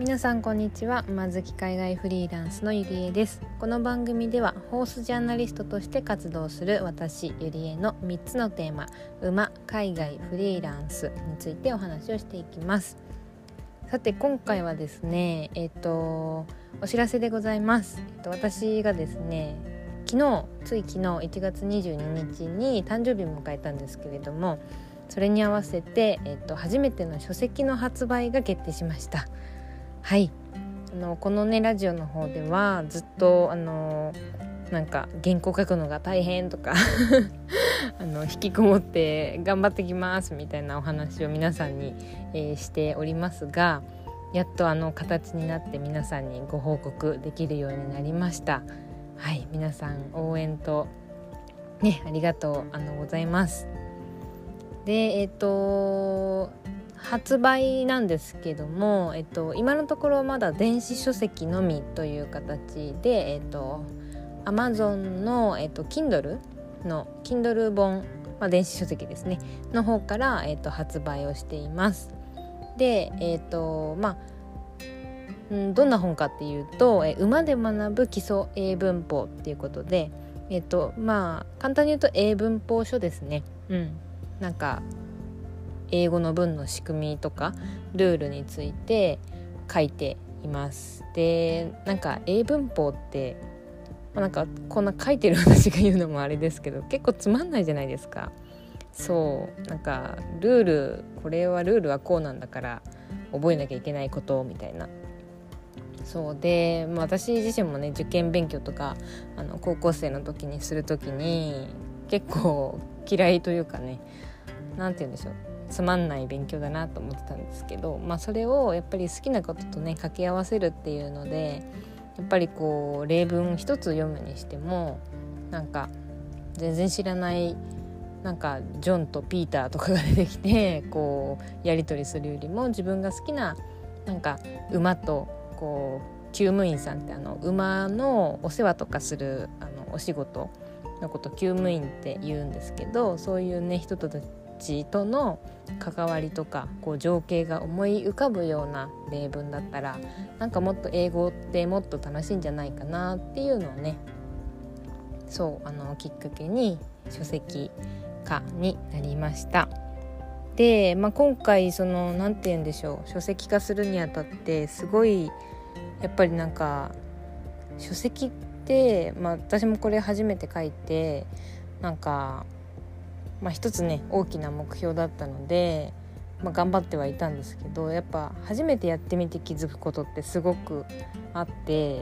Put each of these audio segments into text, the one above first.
皆さんこんにちは。馬好き海外フリーランスのゆりえです。この番組ではホースジャーナリストとして活動する私ゆりえの3つのテーマ、馬、海外、フリーランスについてお話をしていきます。さて今回はですねお知らせでございます。私がですねつい昨日1月22日に誕生日を迎えたんですけれども、それに合わせて、初めての書籍の発売が決定しました。はい、このねラジオの方ではずっとなんか原稿書くのが大変とか引きこもって頑張ってきますみたいなお話を皆さんに、しておりますが、やっと形になって皆さんにご報告できるようになりました。はい、皆さん応援とねありがとうございます。で発売なんですけども、今のところまだ電子書籍のみという形で、Amazon の、Kindle 本、電子書籍ですねの方から、発売をしています。で、どんな本かっていうと、馬で学ぶ基礎英文法っていうことで、簡単に言うと英文法書ですね。なんか英語の文の仕組みとかルールについて書いています。で、なんか英文法って、なんかこんな書いてる私が言うのもあれですけど、結構つまんないじゃないですか。そうなんかルールはこうなんだから覚えなきゃいけないことみたいな。そうで、私自身もね受験勉強とか高校生の時にする時に結構嫌いというかね、なんて言うんでしょう、つまんない勉強だなと思ってたんですけど、それをやっぱり好きなこととね掛け合わせるっていうので、やっぱりこう例文一つ読むにしてもなんか全然知らないなんかジョンとピーターとかが出てきてこうやり取りするよりも、自分が好きななんか馬とこう厩務員さんって馬のお世話とかするお仕事のこと厩務員って言うんですけど、そういうね人たちとの関わりとかこう情景が思い浮かぶような例文だったら、なんかもっと英語ってもっと楽しいんじゃないかなっていうのをね、そうきっかけに書籍化になりました。で、今回なんて言うんでしょう、書籍化するにあたってすごいやっぱりなんか書籍って私もこれ初めて書いてなんか一つね大きな目標だったので、頑張ってはいたんですけど、やっぱ初めてやってみて気づくことってすごくあって、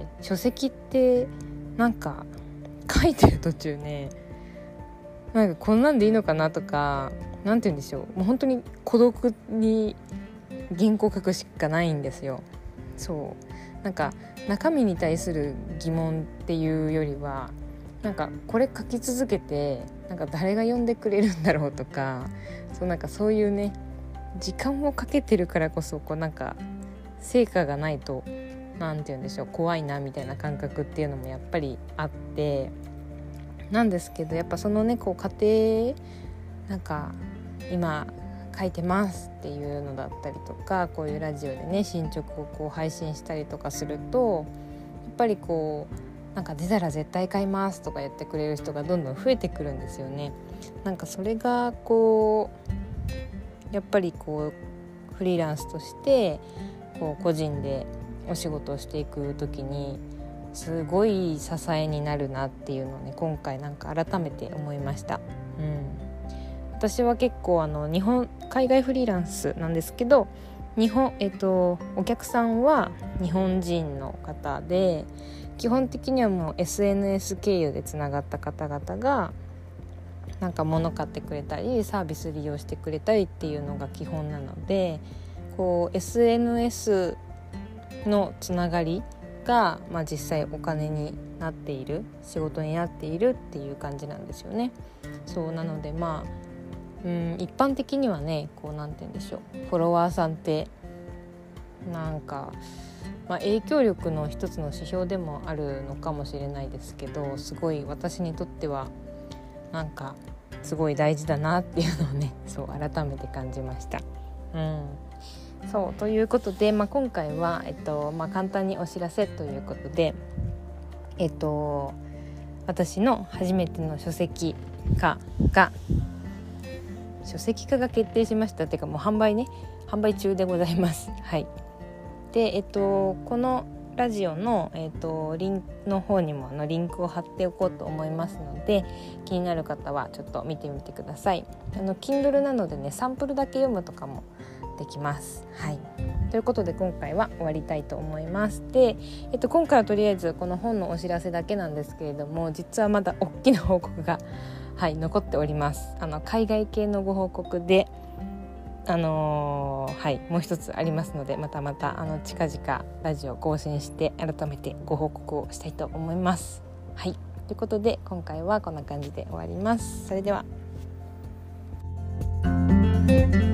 書籍ってなんか書いてる途中ね、なんかこんなんでいいのかなとか、なんて言うんでしょう、もう本当に孤独に原稿書くしかないんですよ。そうなんか中身に対する疑問っていうよりは、なんかこれ書き続けてなんか誰が読んでくれるんだろうとか、なんかそういうね時間をかけてるからこそこうなんか成果がないとなんて言うんでしょう、怖いなみたいな感覚っていうのもやっぱりあってなんですけど、やっぱそのねこう過程なんか今書いてますっていうのだったりとか、こういうラジオでね進捗をこう配信したりとかすると、やっぱりこうなんか出たら絶対買いますとか言ってくれる人がどんどん増えてくるんですよね。なんかそれがこうやっぱりこうフリーランスとしてこう個人でお仕事をしていくときにすごい支えになるなっていうのをね今回なんか改めて思いました。私は結構海外フリーランスなんですけど、お客さんは日本人の方で、基本的にはもう SNS 経由でつながった方々がなんか物買ってくれたりサービス利用してくれたりっていうのが基本なので、こう SNS のつながりが、実際お金になっている、仕事になっているっていう感じなんですよね。そうなので一般的にはねこうなんて言うんでしょう、フォロワーさんってなんか影響力の一つの指標でもあるのかもしれないですけど、すごい私にとってはなんかすごい大事だなっていうのをね改めて感じました。 そうということで、今回は、簡単にお知らせということで、私の初めての書籍化が決定しましたっていうか、もう販売中でございます。はい。で、このラジオの、リンクの方にもリンクを貼っておこうと思いますので、気になる方はちょっと見てみてください。Kindle なのでね、サンプルだけ読むとかもできます。はい。ということで今回は終わりたいと思います。で、今回はとりあえずこの本のお知らせだけなんですけれども、実はまだ大きな報告が、残っております。海外系のご報告で、もう一つありますので、また近々ラジオ更新して改めてご報告をしたいと思います。はい。ということで今回はこんな感じで終わります。それでは。